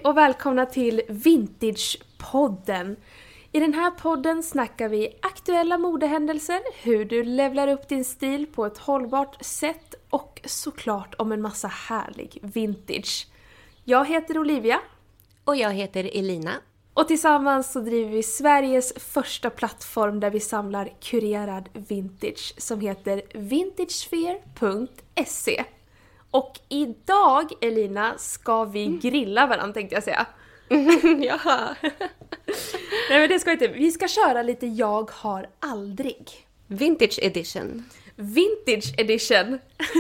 och välkomna till Vintage-podden. I den här podden snackar vi aktuella modehändelser, hur du levlar upp din stil på ett hållbart sätt och såklart om en massa härlig vintage. Jag heter Olivia. Och jag heter Elina. Och tillsammans så driver vi Sveriges första plattform där vi samlar kurerad vintage som heter vintagesphere.se. Och idag, Elina, ska vi grilla varandra, tänkte jag säga. Jaha. Nej, men det ska inte. Vi ska köra lite Jag har aldrig. Vintage edition. Vintage edition.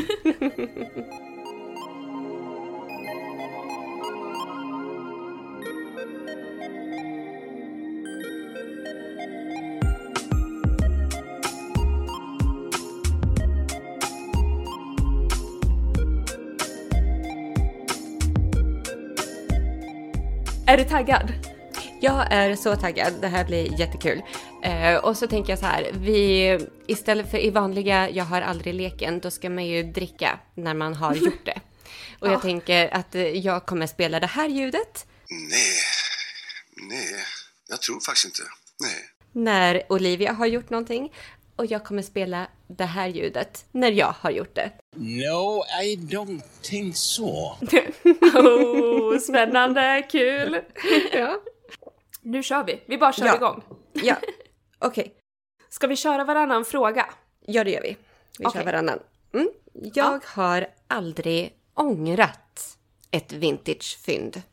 Är du taggad? Jag är så taggad. Det här blir jättekul. Och så tänker jag så här. Istället för i vanliga Jag har aldrig leken, då ska man ju dricka när man har gjort det. Och jag tänker att jag kommer spela det här ljudet. Nej, jag tror faktiskt inte. Nej. När Olivia har gjort någonting. Och jag kommer spela det här ljudet när jag har gjort det. No, I don't think so. Spännande, kul. Ja. Nu kör vi. Vi bara kör igång. Ja, okej. Ska vi köra varannan fråga? Ja, det gör vi. Vi kör varannan. Jag har aldrig ångrat ett vintagefynd.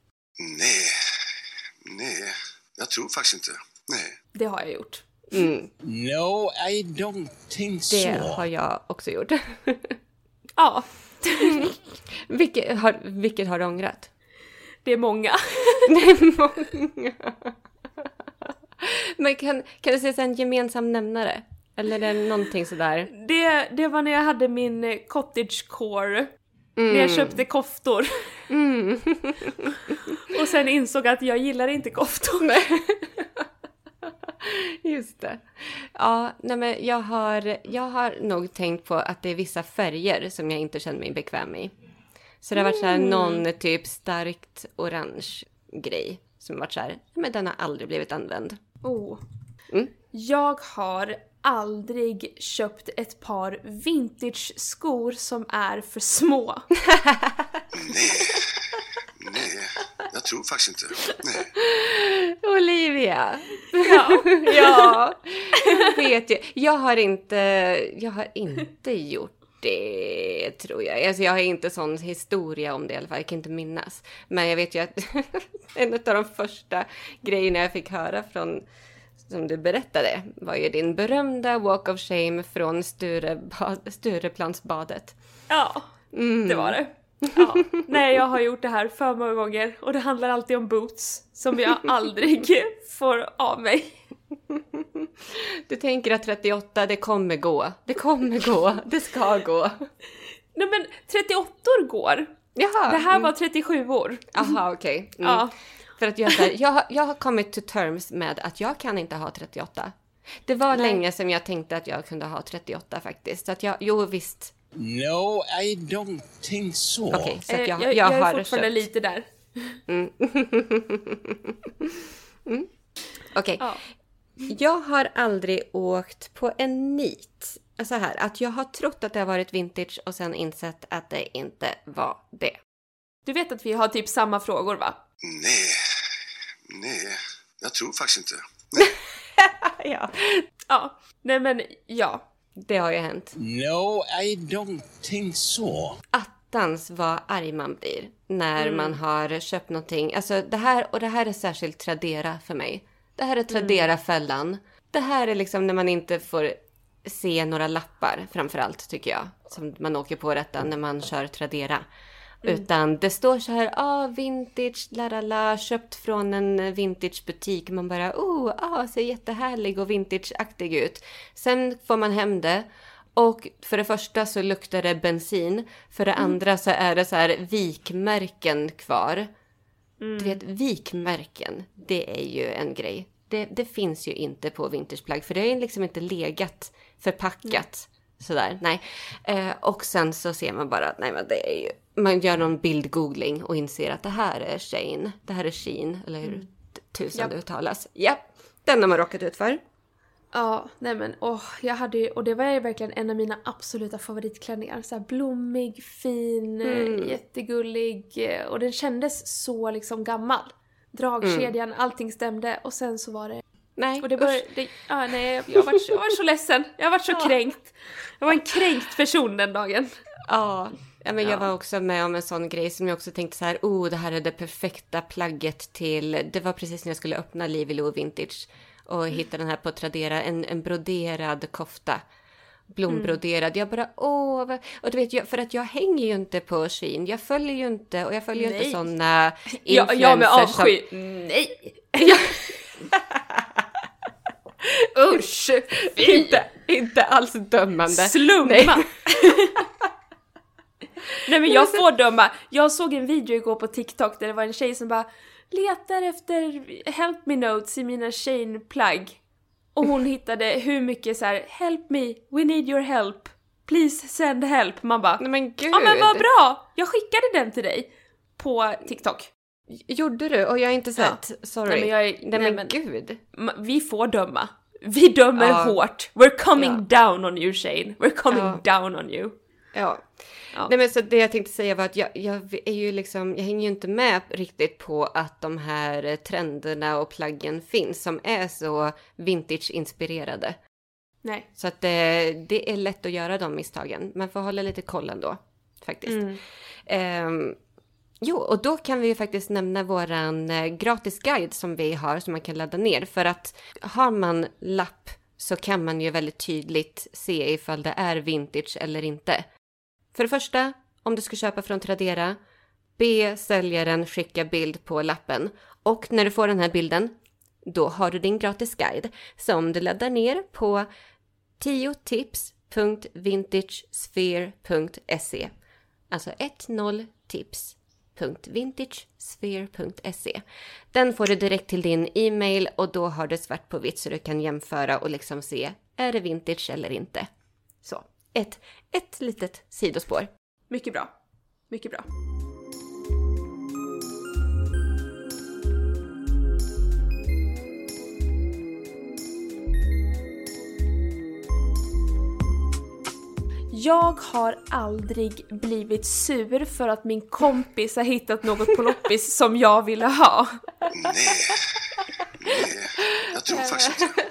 Nej, jag tror faktiskt inte. Nej. Det har jag gjort. No, I don't think so. Det har jag också gjort. Ja. Vilket har du ångrat? Det är många. Det är många. Men kan du säga en gemensam nämnare? Eller är det någonting sådär? Det var när jag hade min cottagecore. När jag köpte koftor. Och sen insåg att jag gillar inte koftor. Just det. Ja, nej men jag har nog tänkt på att det är vissa färger som jag inte känner mig bekväm i. Så det har varit så här någon typ starkt orange grej som har varit så här, men den har aldrig blivit använd. Jag har aldrig köpt ett par vintage-skor som är för små. Nej, jag tror faktiskt inte. Nej. Olivia. Ja. Jag vet ju. Jag har inte gjort det, tror jag. Alltså jag har inte sån historia om det i alla fall. Jag kan inte minnas. Men jag vet ju att en av de första grejerna jag fick höra från, som du berättade, var ju din berömda walk of shame från Stureplansbadet. Ja, det var det. Ja. Nej, jag har gjort det här för många gånger. Och det handlar alltid om boots som jag aldrig får av mig. Du tänker att 38, det kommer gå. Det kommer gå. Det ska gå. Nej, men 38 går. Jaha. Det här var 37-år. Jaha, okej. Ja. För att jag har kommit to terms med att jag kan inte ha 38. Det var länge sedan jag tänkte att jag kunde ha 38 faktiskt. Så att jo visst. No, I don't think so. Okej, så att jag är har fortfarande köpt. lite där. Okej. Ja. Jag har aldrig åkt på en nit. Så här, att jag har trott att det har varit vintage och sen insett att det inte var det. Du vet att vi har typ samma frågor, va? Nej, jag tror faktiskt inte. Ja. Ja, nej men ja. Det har ju hänt. No, I don't think so. Attans vad arg man blir när man har köpt någonting. Alltså det här är särskilt Tradera för mig. Det här är Tradera-fällan. Det här är liksom när man inte får se några lappar framförallt, tycker jag. Som man åker på detta när man kör Tradera. Utan det står så här, vintage, lalala, köpt från en vintagebutik. Man bara, ser jättehärlig och vintageaktig ut. Sen får man hem det. Och för det första så luktar det bensin. För det andra så är det så här vikmärken kvar. Du vet, vikmärken, det är ju en grej. Det finns ju inte på vintageplagg. För det är liksom inte legat förpackat sådär, nej. Och sen så ser man bara att nej, men det är ju, man gör någon bildgoogling och inser att det här är Shein. Det här är Shein, eller hur tusan det uttalas. Ja, den har man råkat ut för. Ja, nej men jag hade ju, och det var ju verkligen en av mina absoluta favoritklänningar. Så här blommig, fin, jättegullig, och den kändes så liksom gammal. Dragkedjan, allting stämde, och sen så var det... Nej, och det var, jag var så ledsen. Jag var så kränkt. Jag var en kränkt person den dagen. Ja, men jag var också med om en sån grej som jag också tänkte så här, det här är det perfekta plagget till... Det var precis när jag skulle öppna Liv i Lo Vintage och hitta den här på Tradera, en broderad kofta. Blombroderad. Jag bara, och du vet, för att jag hänger ju inte på Shein. Jag följer ju inte, och jag följer ju inte såna influencers. Jag med avsky. Nej. Usch. Inte alls dömande. Slumma. Nej, men jag får döma. Jag såg en video igår på TikTok där det var en tjej som bara letar efter help me notes i mina Shein-plagg. Och hon hittade hur mycket så här: help me, we need your help. Please send help. Man bara, nej men gud. Ja men vad bra. Jag skickade den till dig på TikTok. Gjorde du? Och jag har inte sett. Sorry. Nej, men gud. Vi får döma. Vi dömer hårt. We're coming down on you, Shein. We're coming down on you. Ja. Nej, men så det jag tänkte säga var att jag är ju liksom, jag hänger ju inte med riktigt på att de här trenderna och plaggen finns som är så vintage-inspirerade. Nej. Så att det är lätt att göra de misstagen. Man får hålla lite koll ändå, faktiskt. Jo, och då kan vi ju faktiskt nämna våran gratis guide som vi har, som man kan ladda ner. För att har man lapp så kan man ju väldigt tydligt se ifall det är vintage eller inte. För det första, om du ska köpa från Tradera, be säljaren skicka bild på lappen. Och när du får den här bilden, då har du din gratis guide som du laddar ner på 10tips.vintagesphere.se. Alltså 10tips.vintagesphere.se. Den får du direkt till din e-mail, och då har du svart på vitt så du kan jämföra och liksom se, är det vintage eller inte. Så, ett litet sidospår. Mycket bra. Mycket bra. Jag har aldrig blivit sur för att min kompis har hittat något på loppis som jag ville ha. Nej, jag tror faktiskt inte.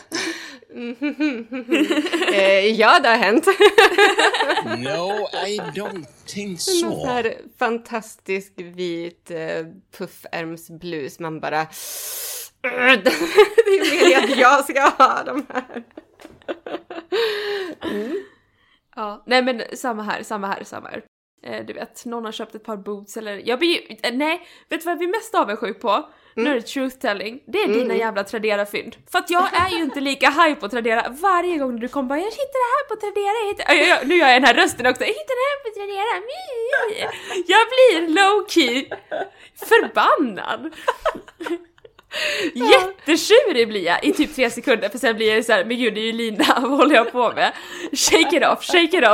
Ja, det har hänt. No, I don't think so. En sån här fantastisk vit puffärmsblus. Man bara... det vill jag att jag ska ha de här. Ja, nej men samma här. Du vet, någon har köpt ett par boots eller... Jag blir ju... Nej, vet du vad vi är mest avundsjuk på? Nu är det truth-telling. Det är dina jävla Tradera-fynd. För att jag är ju inte lika high på Tradera. Varje gång du kommer bara, jag hittar det här på Tradera. Nu gör jag den här rösten också. Jag hittar det här på Tradera. Jag blir low-key förbannad. Jättetjurig blir jag i typ 3 sekunder. För sen blir jag så här, men gud, det är ju Lina. Vad håller jag på med? Shake it off.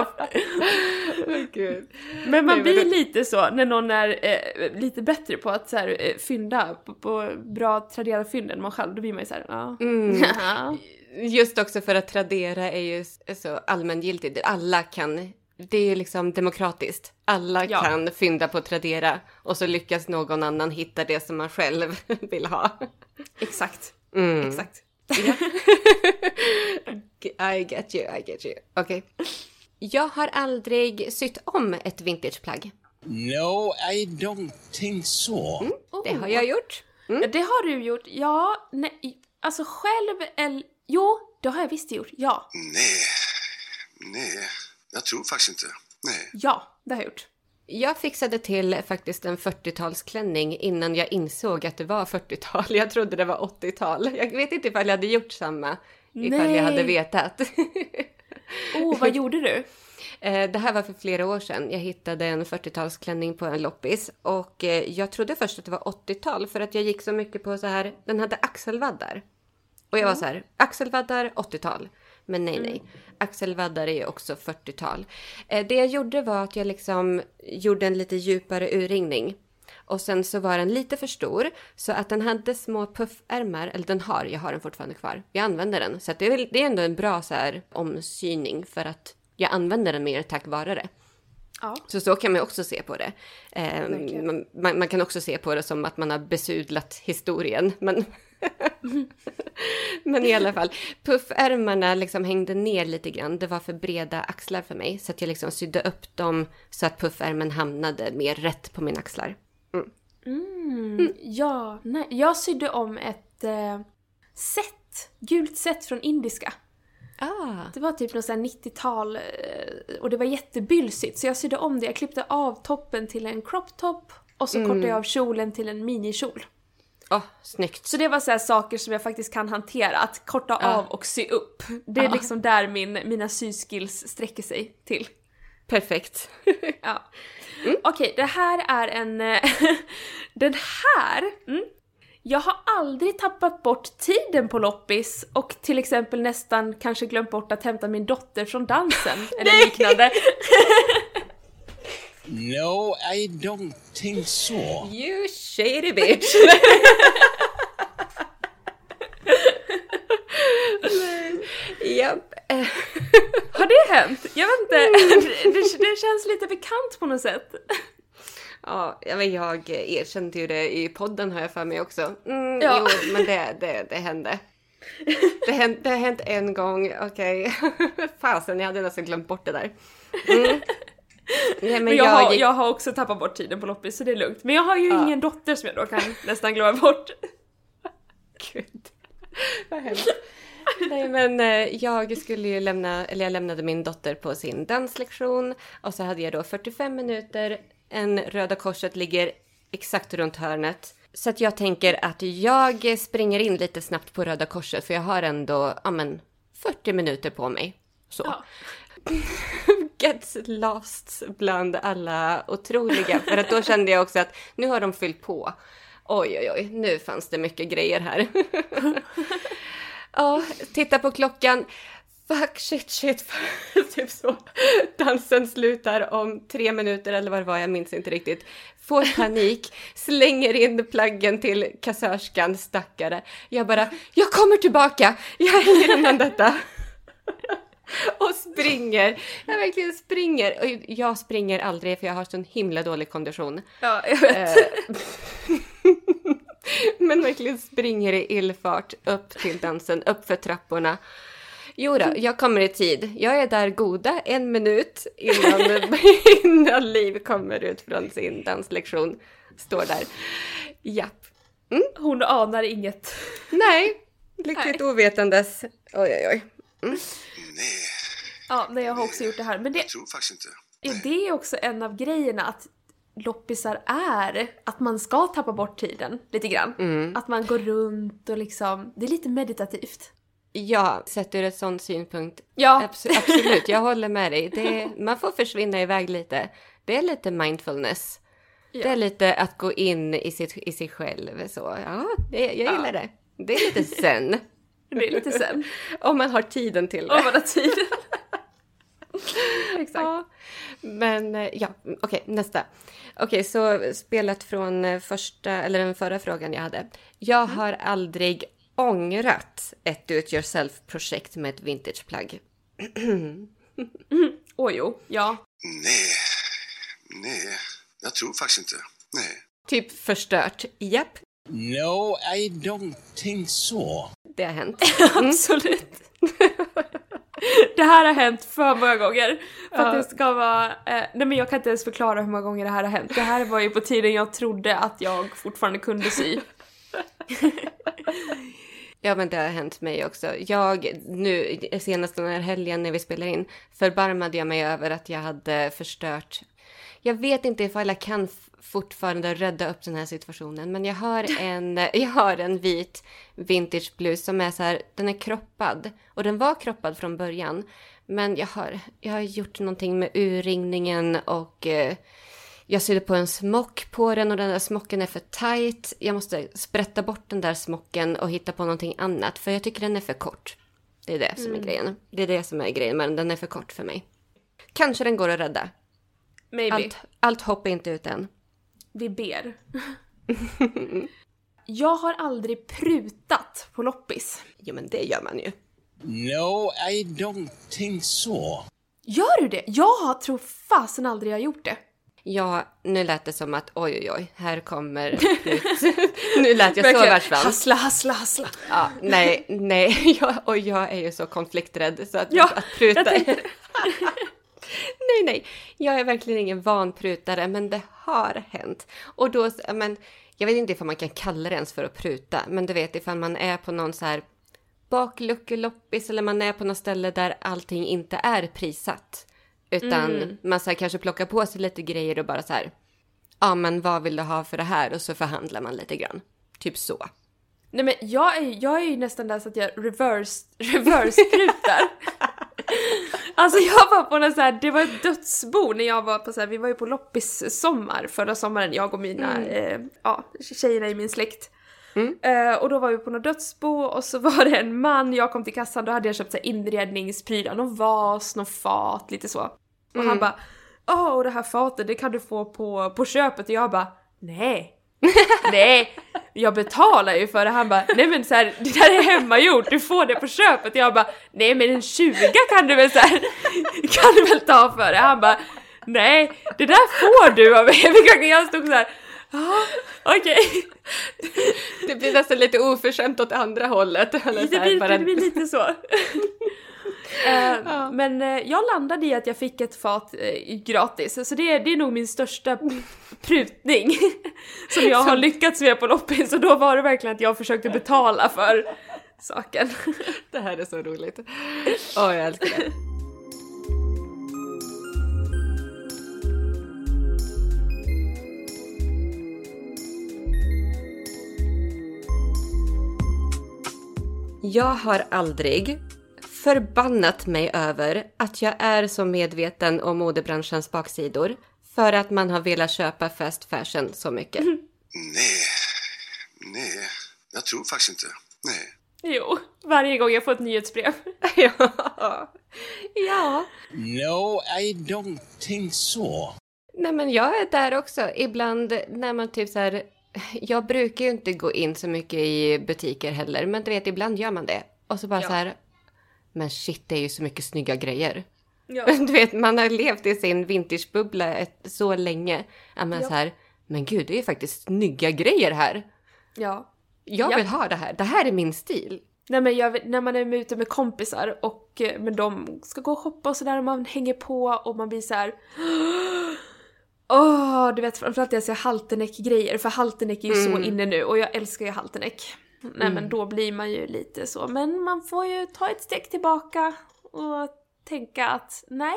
Gud. Men man blir lite så när någon är lite bättre på att så här, fynda på bra Tradera-fynd än man själv. Då blir man ju så här, Just också för att Tradera är ju så allmängiltigt. Alla kan... Det är ju liksom demokratiskt. Alla kan fynda på Tradera. Och så lyckas någon annan hitta det som man själv vill ha. Exakt. Exakt. I get you. Okej. Jag har aldrig sytt om ett vintageplagg. No, I don't think so. Det har jag gjort. Det har du gjort. Ja, nej, alltså själv eller... Jo, det har jag visst gjort. Ja. Nej, jag tror faktiskt inte. Nej. Ja, det har jag gjort. Jag fixade till faktiskt en 40-talsklänning innan jag insåg att det var 40-tal. Jag trodde det var 80-tal. Jag vet inte ifall jag hade gjort samma ifall jag hade vetat. Vad gjorde du? Det här var för flera år sedan. Jag hittade en 40-talsklänning på en loppis. Och jag trodde först att det var 80-tal för att jag gick så mycket på så här. Den hade axelvaddar. Och jag var så här, axelvaddar 80-tal. Men nej. Axelvaddar är ju också 40-tal. Det jag gjorde var att jag liksom gjorde en lite djupare urringning. Och sen så var den lite för stor. Så att den hade små puffärmar. Eller jag har den fortfarande kvar. Jag använder den. Så att det är ändå en bra så här omsyning. För att jag använder den mer tack vare det. Ja. Så kan man också se på det. Man kan också se på det som att man har besudlat historien. Men i alla fall, puffärmarna liksom hängde ner lite grann. Det var för breda axlar för mig. Så att jag liksom sydde upp dem så att puffärmen hamnade mer rätt på mina axlar. Ja, nej. Jag sydde om ett gult set från indiska. Det var typ något sån här 90-tal och det var jättebylsigt. Så jag sydde om det. Jag klippte av toppen till en crop top och så kortade jag av kjolen till en minikjol. Snyggt. Så det var så här saker som jag faktiskt kan hantera. Att korta av och sy upp. Det är liksom där mina syskills sträcker sig till. Perfekt. Okej, det här är en... den här... Jag har aldrig tappat bort tiden på loppis och till exempel nästan kanske glömt bort att hämta min dotter från dansen eller liknande. No, I don't think so. You shady bitch. Japp. Har det hänt? Jag vet inte. Det känns lite bekant på något sätt. Ja, jag erkände ju det i podden har jag för mig också. Ja. Jo, men det hände. Det har hänt en gång, okej. Fasen, jag hade nästan glömt bort det där. Nej, men jag har också tappat bort tiden på loppis, så det är lugnt. Men jag har ju ingen dotter som jag då kan nästan glömma bort. Gud, vad hemskt. Nej, men jag lämnade min dotter på sin danslektion. Och så hade jag då 45 minuter. Röda korset ligger exakt runt hörnet. Så att jag tänker att jag springer in lite snabbt på Röda korset. För jag har ändå 40 minuter på mig. Så. Ja. Gets lost bland alla otroliga. För att då kände jag också att nu har de fyllt på. Oj, nu fanns det mycket grejer här. Ja, titta på klockan. Fuck, shit. Typ så. Dansen slutar om 3 minuter eller vad det var, jag minns inte riktigt. Får panik, slänger in plaggen till kassörskan, stackare. Jag kommer tillbaka. Jag hänger undan detta. Och springer. Jag verkligen springer. Och jag springer aldrig för jag har sån himla dålig kondition. Ja, jag vet. Men verkligen springer i illfart upp till dansen, upp för trapporna. Jo då, jag kommer i tid. Jag är där goda 1 minut innan Liv kommer ut från sin danslektion. Står där. Japp. Hon anar inget. Nej, lyckligt ovetandes. Oj. Nej, Ja, nej, jag har också gjort det här. Men jag tror faktiskt inte. det är också en av grejerna att loppisar är att man ska tappa bort tiden lite grann. Att man går runt och liksom, det är lite meditativt. Ja, sett ur ett sån synpunkt. Ja. Absolut, jag håller med dig. Man får försvinna iväg lite. Det är lite mindfulness. Ja. Det är lite att gå in i sig själv. Så. Ja, jag gillar det. Det är lite zen. Det är lite zen. Om man har tiden till det. Om man har tiden. Exakt. Ja. Men okej, nästa. Okej, så spelat från den förra frågan jag hade. Jag har aldrig ångrat ett do-it-yourself-projekt med ett vintageplagg. Jo, ja. Nej, jag tror faktiskt inte. Nej. Typ förstört. Japp. No, I don't think so. Det har hänt. Absolut. Det här har hänt för många gånger. För att det ska vara... nej, men jag kan inte ens förklara hur många gånger det här har hänt. Det här var ju på tiden jag trodde att jag fortfarande kunde sy. Ja, men det har hänt mig också. Nu senast den här helgen när vi spelar in förbarmade jag mig över att jag hade förstört. Jag vet inte ifall jag kan fortfarande rädda upp den här situationen. Men jag har en vit vintageblus som är så här, den är kroppad. Och den var kroppad från början. Men jag har gjort någonting med urringningen och jag sydde på en smock på den och den där smocken är för tight. Jag måste sprätta bort den där smocken och hitta på någonting annat för jag tycker den är för kort. Det är det som är grejen. Det är det som är grejen, men den är för kort för mig. Kanske den går att rädda. Maybe. Allt hopp är inte ut än. Vi ber. Jag har aldrig prutat på loppis. Jo, men det gör man ju. No, I don't think so. Gör du det? Jag tror fasen aldrig jag har gjort det. Ja, nu lät det som att oj, här kommer prut. Nu lät jag så världsfrans. Hassla. Ja, nej. Jag är ju så konflikträdd så att pruta. Nej. Jag är verkligen ingen vanprutare, men det har hänt. Och då, men jag vet inte ifall man kan kalla det ens för att pruta, men du vet ifall man är på någon så här bakluckeloppis eller man är på något ställe där allting inte är prissatt. Utan man så här kanske plockar på sig lite grejer och bara så här, ja men vad vill du ha för det här? Och så förhandlar man lite grann. Typ så. Nej men jag är ju nästan där så att jag reverse-prutar. Alltså jag var på något så här, det var ett dödsbo när jag var på så här, vi var ju på loppis-sommar förra sommaren, jag och mina tjejerna i min släkt. Och då var vi på något dödsbo och så var det en man, jag kom till kassan, då hade jag köpt så här inredningsprylar, någon vas, någon fat, lite så. Och han bara, det här fatet, det kan du få på köpet. Och jag bara, nej, jag betalar ju för det. Han bara, nej men så här, det där är hemmagjort, du får det på köpet. Och jag bara, nej men en 20 kan du väl så här, kan du väl ta för det. Han bara, nej, det där får du av mig. Jag stod så här, okej. Det blir nästan lite oförskämt åt andra hållet. Det blir lite så. Men jag landade i att jag fick ett fat gratis. Så det är nog min största prutning som jag har lyckats med på loppis. Så då var det verkligen att jag försökte betala för saken. Det här är så roligt. Jag älskar det. Jag har aldrig förbannat mig över att jag är så medveten om modebranschens baksidor för att man har velat köpa fast fashion så mycket. Nej, jag tror faktiskt inte. Nej. Jo, varje gång jag får ett nyhetsbrev. Ja. No, I don't think so. Nej, men jag är där också. Ibland när man typ så här... Jag brukar ju inte gå in så mycket i butiker heller, men du vet, ibland gör man det. Och så bara så här, men shit, det är ju så mycket snygga grejer. Ja. Du vet, man har levt i sin vintagebubbla så länge. Så här, men gud, det är ju faktiskt snygga grejer här. Ja. Jag vill ha det här. Det här är min stil. Nej, men när man är ute med kompisar och men de ska gå och shoppa och sådär och man hänger på och man blir så här... du vet, framförallt jag ser Halteneck-grejer, för Halteneck är ju så inne nu och jag älskar ju Halteneck. Nej, men då blir man ju lite så. Men man får ju ta ett steg tillbaka och tänka att nej.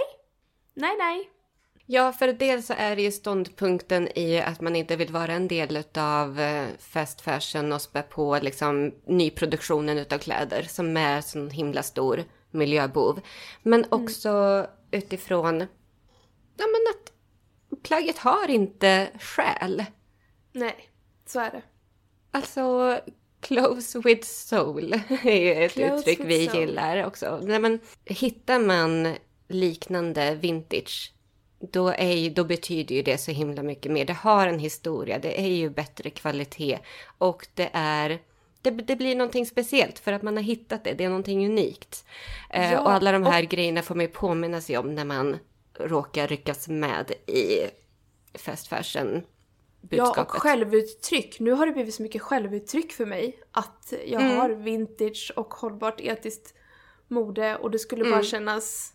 Ja, för dels så är det ju ståndpunkten i att man inte vill vara en del av fast fashion och spä på liksom nyproduktionen utav kläder som är sån himla stor miljöbov. Men också utifrån att plagget har inte själ. Nej, så är det. Alltså, clothes with soul är ju ett clothes uttryck vi soul. gillar också. Nej, men hittar man liknande vintage, då betyder ju det så himla mycket mer. Det har en historia, det är ju bättre kvalitet och det blir någonting speciellt för att man har hittat det. Det är någonting unikt. Och alla de här grejerna får man ju påminna sig om när man råkar ryckas med i fast fashion budskapet. Ja, och självuttryck. Nu har det blivit så mycket självuttryck för mig att jag har vintage och hållbart etiskt mode och det skulle bara kännas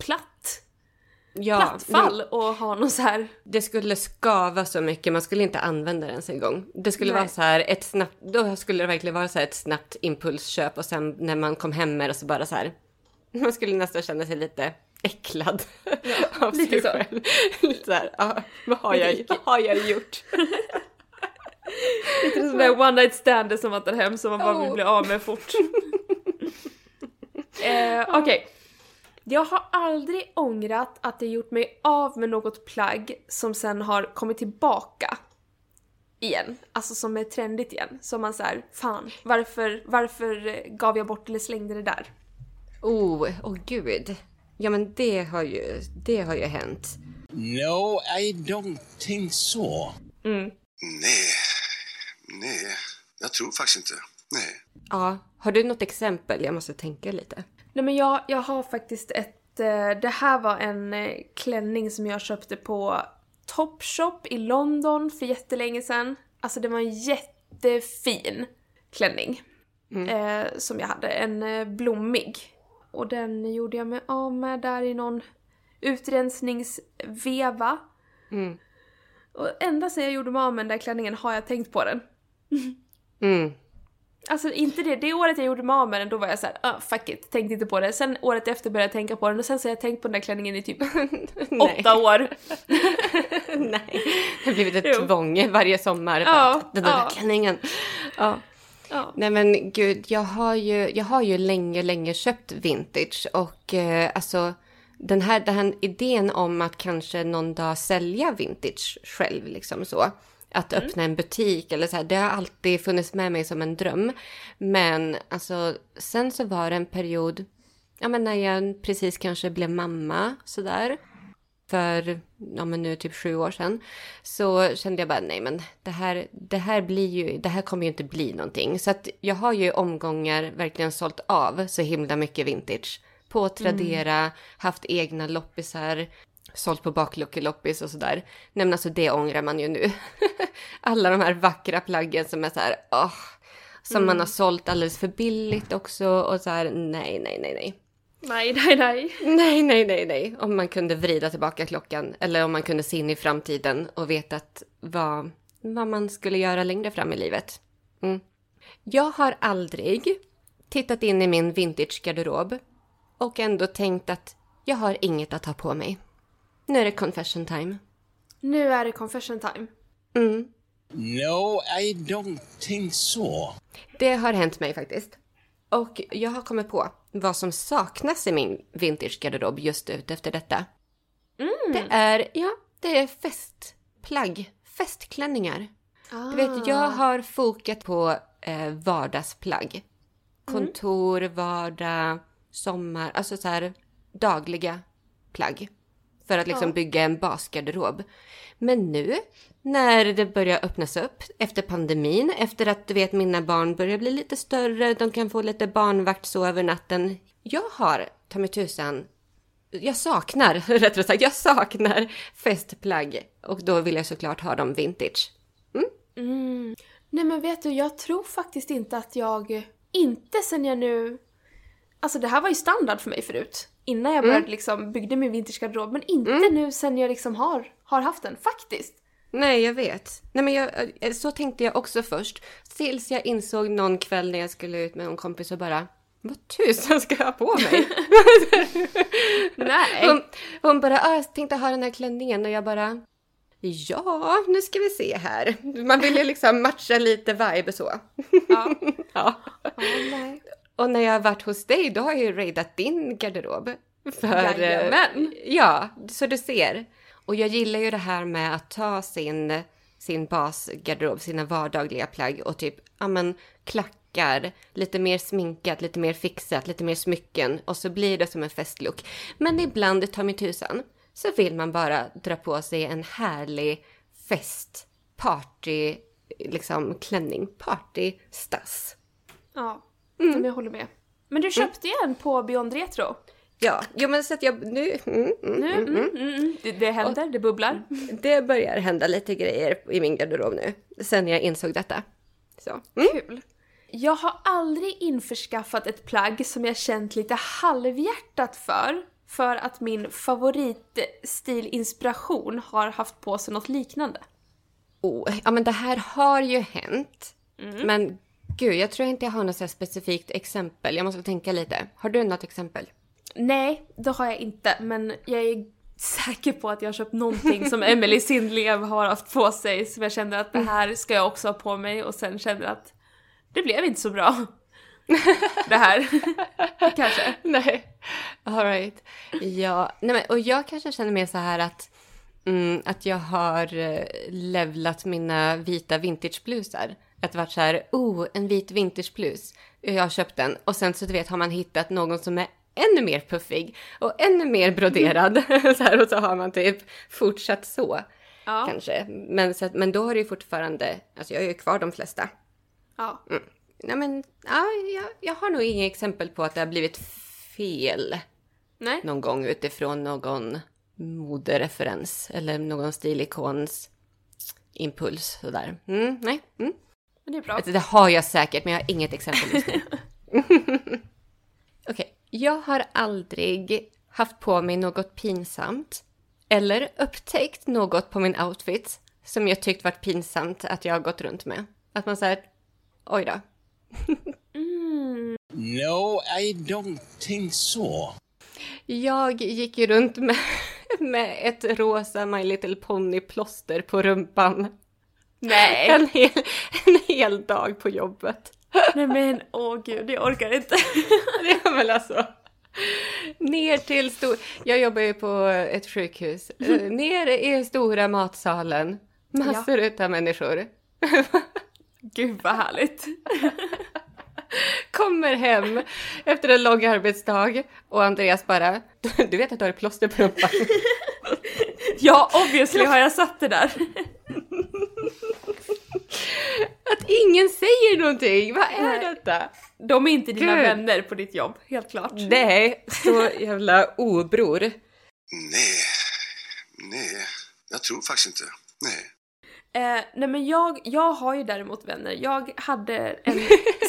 plattfall och ha någon så här... Det skulle skava så mycket, man skulle inte använda den en gång. Det skulle vara så här då skulle det verkligen vara så här ett snabbt impulsköp och sen när man kom hem med det så bara så här, man skulle nästan känna sig lite äcklad av sig själv. Lite så här, vad har jag gjort? Lite sån där one night stand som man tar hem som man bara vill bli av med fort. Okej. Jag har aldrig ångrat att jag gjort mig av med något plagg som sen har kommit tillbaka igen. Alltså som är trendigt igen. Som man säger, fan, varför gav jag bort eller slängde det där? Gud. Ja, men det har ju hänt. No, I don't think so. Nej, jag tror faktiskt inte. Nej. Ja, har du något exempel? Jag måste tänka lite. Nej, men jag har faktiskt det här var en klänning som jag köpte på Topshop i London för jättelänge sedan. Alltså det var en jättefin klänning som jag hade, en blommig. Och den gjorde jag mig av med där i någon utrensningsveva. Och ända sedan jag gjorde mig av med den där klänningen har jag tänkt på den. Alltså inte det året jag gjorde mig av med den, då var jag så här, fuck it, tänkte inte på det. Sen året efter började jag tänka på den och sen så har jag tänkt på den där klänningen i typ 8 år. Nej, det har blivit ett tvång varje sommar. Den där klänningen. Ja. Nej men gud, jag har ju länge köpt vintage och alltså den här idén om att kanske någon dag sälja vintage själv liksom så. Att öppna en butik eller så här, det har alltid funnits med mig som en dröm. Men alltså, sen så var det en period, men när jag precis kanske blev mamma sådär. För, nu typ 7 år sedan. Så kände jag bara, nej men det här kommer ju inte bli någonting. Så att jag har ju omgångar verkligen sålt av så himla mycket vintage. På Tradera, haft egna loppisar. Sålt på bakluckeloppis och sådär. Nej men alltså det ångrar man ju nu. Alla de här vackra plaggen som är så här, som man har sålt alldeles för billigt också. Och så här, nej. Nej. Om man kunde vrida tillbaka klockan. Eller om man kunde se in i framtiden och veta vad man skulle göra längre fram i livet. Jag har aldrig tittat in i min vintage-garderob. Och ändå tänkt att jag har inget att ta på mig. Nu är det confession time. No, I don't think so. Det har hänt mig faktiskt. Och jag har kommit på vad som saknas i min vintage-garderob just ut efter detta. Det är festplagg. Festklänningar. Du vet, jag har fokat på vardagsplagg. Kontor, vardag, sommar. Alltså så här dagliga plagg. För att liksom bygga en basgarderob. Men nu, när det börjar öppnas upp efter pandemin, efter att du vet mina barn börjar bli lite större, de kan få lite barnvakt så över natten. Jag saknar festplagg. Och då vill jag såklart ha dem vintage. Nej men vet du, jag tror faktiskt inte att inte sen jag nu... Alltså det här var ju standard för mig förut. Innan jag började liksom byggde min vintagegarderob. Men inte nu sen jag liksom har haft den, faktiskt. Nej, jag vet. Nej, men så tänkte jag också först. Tills jag insåg någon kväll när jag skulle ut med en kompis och bara... Vad tusen ska jag ha på mig? Nej. Hon bara, jag tänkte ha den här klänningen. Och jag bara, ja, nu ska vi se här. Man vill ju liksom matcha lite vibe så. Ja. Nej. Och när jag har varit hos dig, då har jag ju raidat din garderob. Jajamän. Ja, så du ser. Och jag gillar ju det här med att ta sin basgarderob, sina vardagliga plagg och typ, klackar, lite mer sminkat, lite mer fixat, lite mer smycken. Och så blir det som en festlook. Men ibland, ta mig tusan, så vill man bara dra på sig en härlig fest, party, liksom klänning, party-stass. Ja. Men jag håller med. Men du köpte ju en på Beyond Retro. Ja, men så att jag nu... Det händer, det bubblar. Det börjar hända lite grejer i min garderob nu. Sen jag insåg detta. Så. Kul. Jag har aldrig införskaffat ett plagg som jag känt lite halvhjärtat för att min favoritstilinspiration har haft på sig något liknande. Men det här har ju hänt. Men gud, jag tror inte jag har något så här specifikt exempel. Jag måste tänka lite. Har du något exempel? Nej, det har jag inte. Men jag är säker på att jag har köpt någonting som Emily Sindlev har haft på sig. Som jag kände att det här ska jag också ha på mig. Och sen kände att det blev inte så bra. Det här. Kanske. Nej. All right. Ja, och jag kanske känner mer så här att jag har levlat mina vita vintageblusar. Att det varit så här, en vit vintageblus. Jag har köpt den. Och sen så du vet har man hittat någon som är ännu mer puffig och ännu mer broderad. Så här, och så har man typ fortsatt så. Ja. Kanske. Men då har det ju fortfarande, alltså jag är ju kvar de flesta. Ja. Nej men, ja, jag har nog inga exempel på att det har blivit fel. Nej. Någon gång utifrån någon modereferens eller någon stilikons impuls sådär. Nej. Men det är bra. Alltså, det har jag säkert, men jag har inget exempel just nu. Okej. Jag har aldrig haft på mig något pinsamt eller upptäckt något på min outfit som jag tyckt varit pinsamt att jag har gått runt med. Att man säger, oj då. No, I don't think so. Jag gick ju runt med ett rosa My Little Pony-plåster på rumpan. Nej. En hel dag på jobbet. Nej men, gud, jag orkar inte. Det var väl alltså. Ner till jag jobbar ju på ett sjukhus. Ner i stora matsalen. Massor utav människor. Gud vad härligt. Kommer hem efter en lång arbetsdag och Andreas bara, du vet att du har ett plåster på rumpan. Ja, obviously har jag satt det där. Att ingen säger någonting. Vad är detta? De är inte dina vänner på ditt jobb, helt klart. Nej, så jävla obror. Nej, jag tror faktiskt inte. Nej. Nej men jag har ju däremot vänner. Jag hade en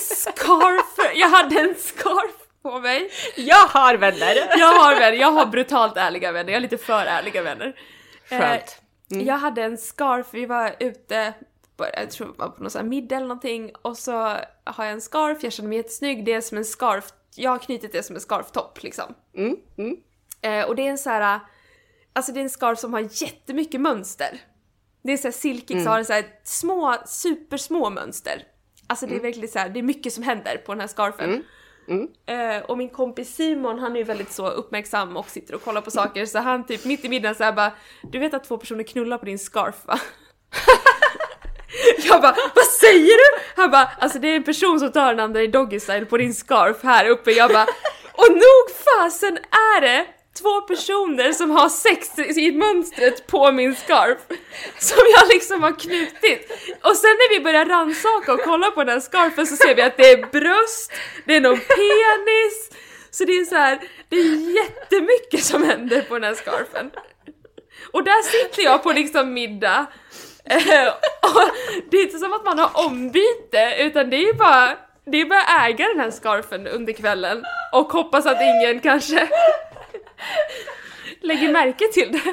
scarf på mig. Jag har vänner. Jag har brutalt ärliga vänner. Jag har lite för ärliga vänner. Skönt. Jag hade en scarf, vi var ute jag tror det var på någon sån här middag eller någonting, och så har jag en scarf, jag känner mig jättesnygg, det är som en scarf, jag har knutit det som en scarftopp liksom. Och det är en så här, alltså det är en scarf som har jättemycket mönster. Det är så här silkigt, så har den så här supersmå mönster. Alltså det är verkligen så här, det är mycket som händer på den här scarfen. Och min kompis Simon, han är ju väldigt så uppmärksam och sitter och kollar på saker, så han typ mitt i middagen så här bara, du vet att 2 personer knullar på din scarf va? Jag bara, vad säger du? Han bara, alltså det är en person som tar den andra i doggy style på din scarf här uppe. Jag bara, och nog fasen är det 2 personer som har sex i mönstret på min scarf som jag liksom har knutit. Och sen när vi börjar rannsaka och kolla på den här scarfen så ser vi att det är bröst, det är någon penis. Så det är så här, det är jättemycket som händer på den här scarfen. Och där sitter jag på liksom middag. Och det är inte som att man har ombyte, utan det är bara äga den här scarfen under kvällen och hoppas att ingen kanske lägger märke till det.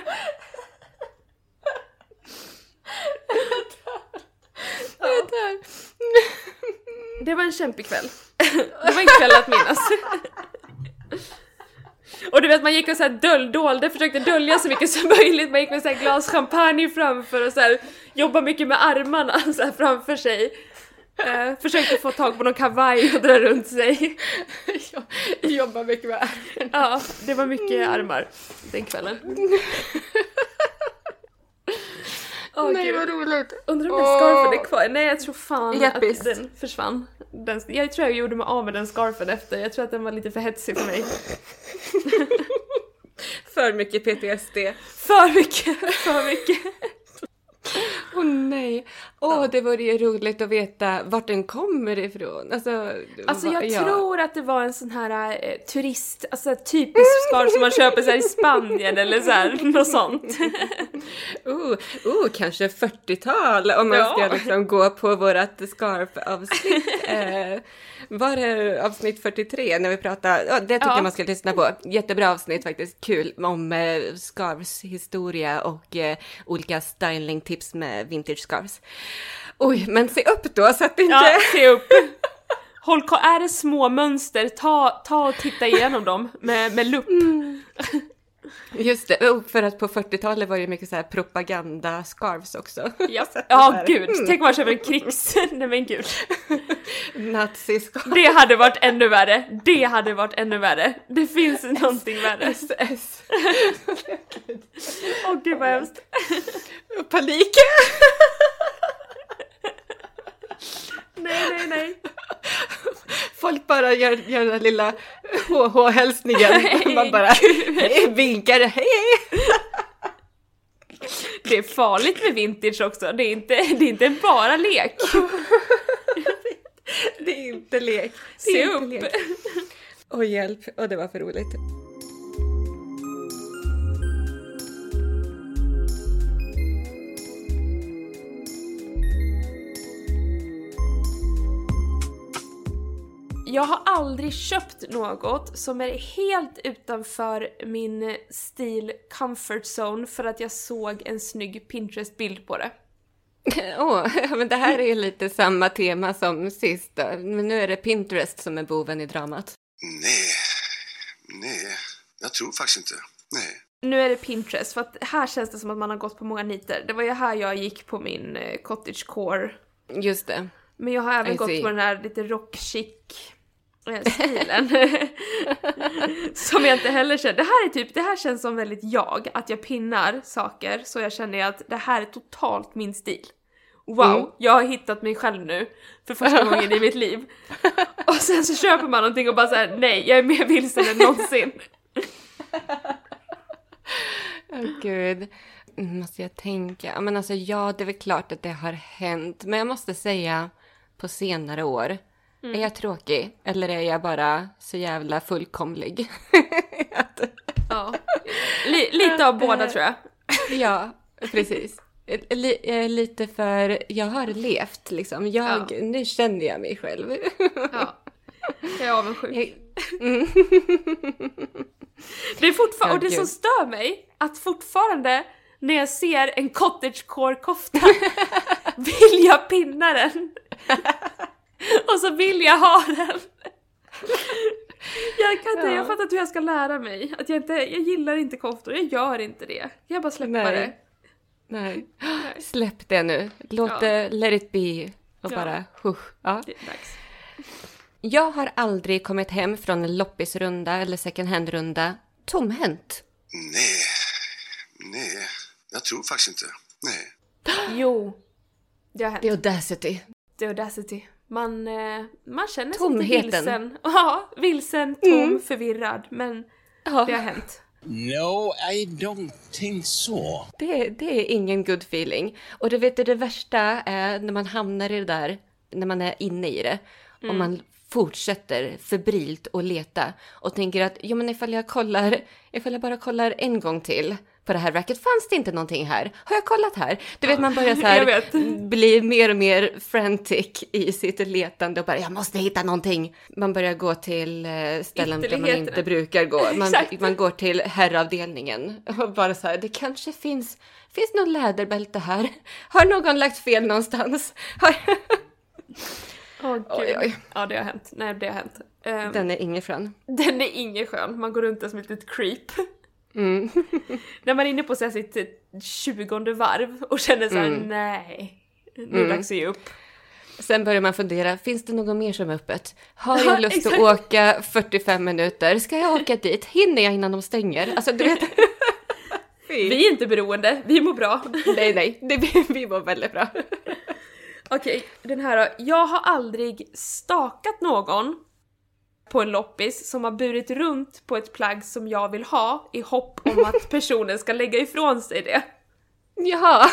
Det var en kämpig kväll. Det var en kväll att minnas. Och du vet, man gick och så här dolde, försökte dölja så mycket som möjligt. Man gick med så här glas champagne framför och så här jobba mycket med armarna så här framför sig. Försökte få tag på någon kavaj och dra runt sig. Jobba mycket med armarna. Ja, det var mycket armar den kvällen. Nej, vad roligt. Undrar om den scarfen är kvar. Nej, jag tror fan Jappis. att den försvann. Jag tror jag gjorde mig av med den scarfen efter. Jag tror att den var lite för hetsig för mig. För mycket PTSD. För mycket. Åh nej. Det vore ju roligt att veta vart den kommer ifrån. Alltså jag tror att det var en sån här turist, alltså typisk scarf som man köper så här i Spanien eller så här, något sånt. Kanske 40-tal om man ska liksom gå på vårat scarf-avsnitt. Var det avsnitt 43 när vi pratade? Det tycker jag man ska lyssna på. Jättebra avsnitt faktiskt. Kul om scarves historia och olika styling-tips med vintage scarves. Oj, men se upp då så att det inte... Ja, se upp. Är det små mönster, ta och titta igenom dem med lupp. Just det, för att på 40-talet var det mycket så här propaganda-scarves också. Ja, gud. Tänk om man köper en nej men gud. Nazi-scarves. Det hade varit ännu värre. Det finns någonting värre. SS. Gud vad hemskt. Panik. Nej. Folk bara gör den där lilla HH-hälsningen. Man bara vinkar, hej. Det är farligt med vintage också. Det är inte bara lek. Det är inte lek. Se upp. Och hjälp. Och det var för roligt. Jag har aldrig köpt något som är helt utanför min stil comfort zone för att jag såg en snygg Pinterest-bild på det. Men det här är ju lite samma tema som sist då. Men nu är det Pinterest som är boven i dramat. Nej, jag tror faktiskt inte. Nej. Nu är det Pinterest, för att här känns det som att man har gått på många nitar. Det var ju här jag gick på min cottagecore. Just det. Men jag har även gått på den här lite rock-chic stilen. Som jag inte heller känner. Det här känns som väldigt att jag pinnar saker. Så jag känner att det här är totalt min stil. Wow, jag har hittat mig själv nu för första gången i mitt liv. Och sen så köper man någonting och bara såhär, nej, jag är mer vilsen än någonsin. Gud, måste jag tänka. Men alltså ja, det är väl klart att det har hänt. Men jag måste säga, på senare år, är jag tråkig? Eller är jag bara så jävla fullkomlig? Ja, lite av båda tror jag. Ja, precis. Lite för jag har levt liksom. Nu känner jag mig själv. Ja. Jag är avundsjuk. Det är fortfarande, och det som stör mig, att fortfarande när jag ser en cottagecore-kofta vill jag pinna den. Och så vill jag ha den. Jag fattar inte hur jag ska lära mig. Att jag gillar inte koftor, jag gör inte det. Jag bara släpper det. Nej. Släpp det nu. Låt det let it be. Och bara ja. Det är dags. Jag har aldrig kommit hem från en loppisrunda eller second hand-runda tomhänt. Nej, jag tror faktiskt inte. Nej. Jo, det har hänt. The audacity. The audacity. Man känner sig tomheten. lite vilsen. Ja, vilsen, tom, förvirrad. Men det har hänt. No, I don't think so. Det är ingen good feeling. Och du vet, det värsta är när man hamnar i det där, när man är inne i det. Och man fortsätter febrilt att leta. Och tänker att, men ifall jag bara kollar en gång till på det här racket, fanns det inte någonting här? Har jag kollat här? Du vet, man börjar så här bli mer och mer frantic i sitt letande och bara, jag måste hitta någonting. Man börjar gå till ställen där man inte brukar gå. Man går till herravdelningen och bara så här, det kanske finns någon läderbälte här. Har någon lagt fel någonstans? Oj. Ja, det har hänt. Nej, det har hänt. Den är ingen skön. Den är ingen skön. Man går runt där som ett litet creep. När man är inne på så här, sitt 20:e varv och känner så här, nej, nu är det dags att ge upp. Sen börjar man fundera, finns det något mer som är öppet? Har jag lust att åka 45 minuter? Ska jag åka dit? Hinner jag innan de stänger? Alltså, du vet... Vi är inte beroende, vi mår bra. Nej, vi mår väldigt bra. Okej, den här då. Jag har aldrig stakat någon på en loppis som har burit runt på ett plagg som jag vill ha i hopp om att personen ska lägga ifrån sig det. Jaha.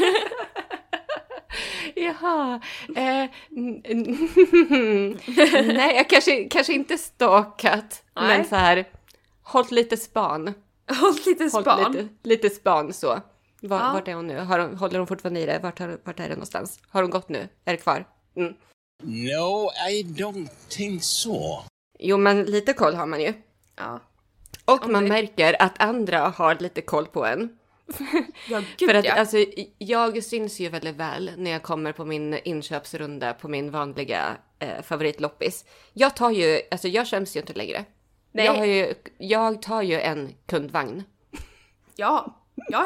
Nej, jag kanske inte stakat. Nej. Men så här, hållt lite span. Lite span så. Vart är hon nu? Håller hon fortfarande i det? Vart är det någonstans? Har hon gått nu? Är det kvar? No, I don't think so. Jo, men lite koll har man ju. Ja. Och man märker att andra har lite koll på en. Ja, gud, för att alltså, jag syns ju väldigt väl när jag kommer på min inköpsrunda på min vanliga favoritloppis. Jag skäms ju inte längre. Nej. Jag tar ju en kundvagn. Ja.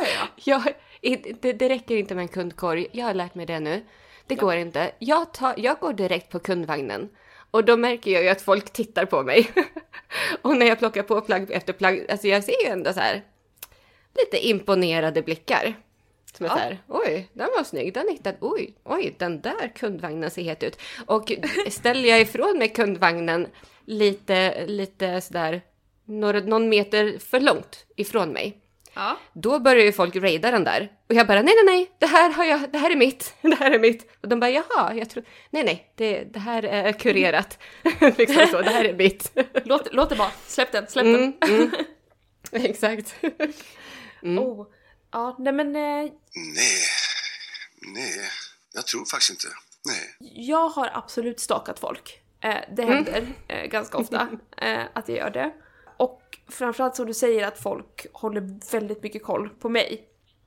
Det räcker inte med en kundkorg. Jag har lärt mig det nu. Det går inte. Jag går direkt på kundvagnen. Och då märker jag ju att folk tittar på mig. Och när jag plockar på plagg efter plagg. Alltså jag ser ju ändå så här lite imponerade blickar. Som är så här, oj, den var snygg, den hittade, oj, den där kundvagnen ser het ut. Och ställer jag ifrån mig kundvagnen lite sådär, någon meter för långt ifrån mig. Ja. Då börjar ju folk raida den där. Och jag bara, nej, det här är mitt. Det här är mitt. Och de bara, jaha, jag tror, nej, det här är kurerat. Liksom så, det här är mitt. Låt det bara, släpp den. Exakt. Oh. Ja, nej men... Nej, jag tror faktiskt inte. Nej. Jag har absolut stalkat folk. Det händer ganska ofta att jag gör det. Och framförallt som du säger att folk håller väldigt mycket koll på mig.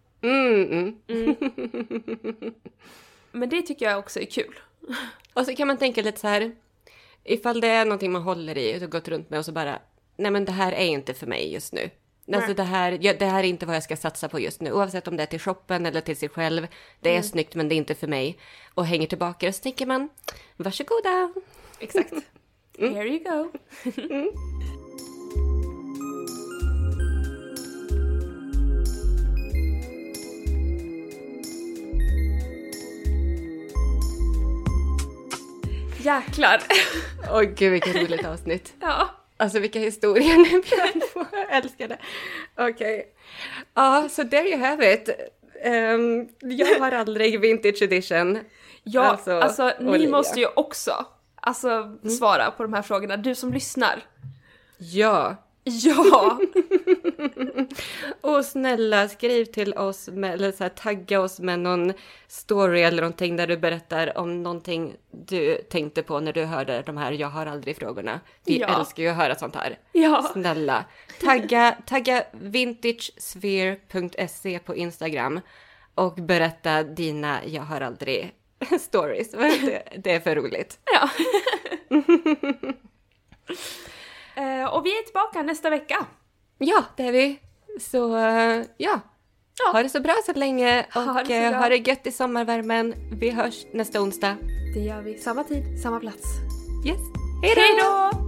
Men det tycker jag också är kul. Och så kan man tänka lite så här, ifall det är någonting man håller i och har gått runt med och så bara, nej men det här är inte för mig just nu. Alltså det här är inte vad jag ska satsa på just nu. Oavsett om det är till shoppen eller till sig själv. Det är snyggt men det är inte för mig. Och hänger tillbaka och så tänker man, varsågoda. Exakt. Here you go. Jäklar. Oj gud vilket roligt avsnitt. Ja. Alltså vilka historier ni bjöd på. Jag älskar det. Okej. Ja, så there you have it. Jag har aldrig vintage edition. Ja, alltså ni Olivia. måste ju också svara på de här frågorna. Du som lyssnar. Ja. Ja. Och snälla skriv till oss eller så här, tagga oss med någon story eller någonting där du berättar om någonting du tänkte på när du hörde de här jag har aldrig frågorna. Vi älskar ju att höra sånt här. Ja. Snälla. Tagga vintagesphere.se på Instagram och berätta dina jag har aldrig stories. Det är för roligt. Ja. Och vi är tillbaka nästa vecka. Ja, det är vi. Så ja. Ha det så bra så länge och ha det gött i sommarvärmen. Vi hörs nästa onsdag. Det gör vi. Samma tid, samma plats. Yes. Hej då!